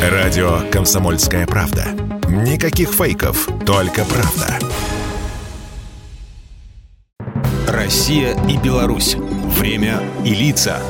Радио «Комсомольская правда». Никаких фейков, только правда. Россия и Беларусь. Время и лица.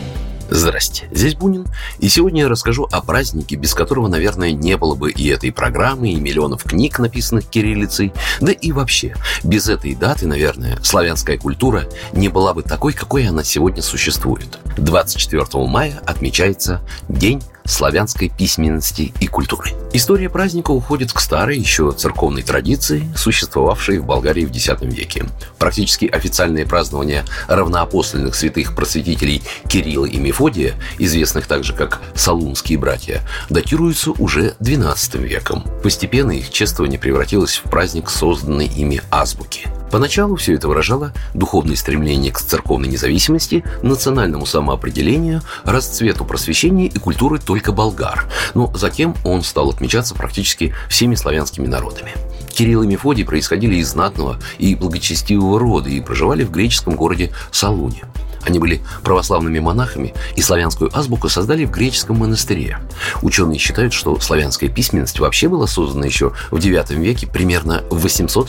Здрасте, здесь Бунин, и сегодня я расскажу о празднике, без которого, наверное, не было бы и этой программы, и миллионов книг, написанных кириллицей, да и вообще, без этой даты, наверное, славянская культура не была бы такой, какой она сегодня существует. 24 мая отмечается День славянской письменности и культуры. История праздника уходит к старой еще церковной традиции, существовавшей в Болгарии в X веке. Практически официальное празднование равноапостольных святых просветителей Кирилла и Мефодия, известных также как Солунские братья, датируется уже XII веком. Постепенно их чествование превратилось в праздник созданной ими азбуки. Поначалу все это выражало духовное стремление к церковной независимости, национальному самоопределению, расцвету просвещения и культуры только болгар, но затем он стал отмечаться практически всеми славянскими народами. Кирилл и Мефодий происходили из знатного и благочестивого рода и проживали в греческом городе Солуне. Они были православными монахами и славянскую азбуку создали в греческом монастыре. Ученые считают, что славянская письменность вообще была создана еще в IX веке, примерно в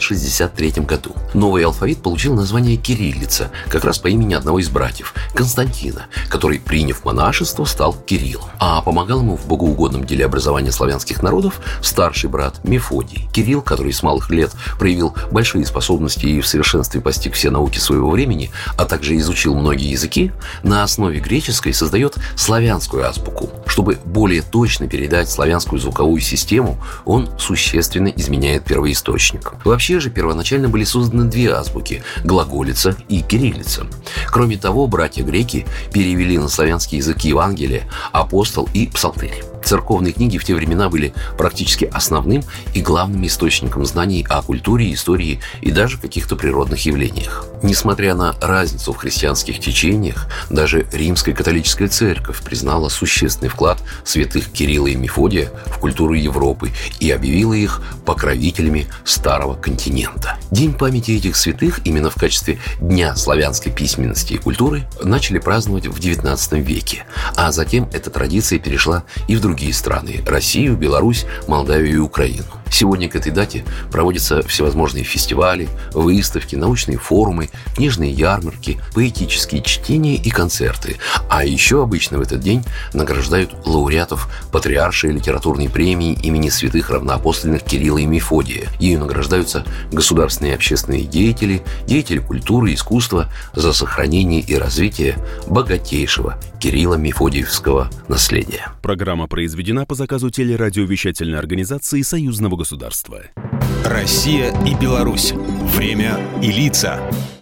863 году. Новый алфавит получил название кириллица, как раз по имени одного из братьев, Константина, который, приняв монашество, стал Кириллом. А помогал ему в богоугодном деле образования славянских народов старший брат Мефодий. Кирилл, который с малых лет проявил большие способности и в совершенстве постиг все науки своего времени, а также изучил многие языки, на основе греческой создает славянскую азбуку. Чтобы более точно передать славянскую звуковую систему, он существенно изменяет первоисточник. Вообще же первоначально были созданы две азбуки – глаголица и кириллица. Кроме того, братья-греки перевели на славянский язык Евангелие, апостол и псалтырь. Церковные книги в те времена были практически основным и главным источником знаний о культуре, истории и даже каких-то природных явлениях. Несмотря на разницу в христианских течениях, даже Римская католическая церковь признала существенный вклад святых Кирилла и Мефодия в культуру Европы и объявила их покровителями Старого континента. День памяти этих святых именно в качестве Дня славянской письменности и культуры начали праздновать в XIX веке, а затем эта традиция перешла и в другие страны – Россию, Беларусь, Молдавию и Украину. Сегодня к этой дате проводятся всевозможные фестивали, выставки, научные форумы, книжные ярмарки, поэтические чтения и концерты. А еще обычно в этот день награждают лауреатов Патриаршей литературной премии имени святых равноапостольных Кирилла и Мефодия. Ею награждаются государственные и общественные деятели, деятели культуры и искусства за сохранение и развитие богатейшего Кирилло-Мефодиевского наследия. Программа произведена по заказу телерадиовещательной организации Союзного государства. Россия и Беларусь. Время и лица.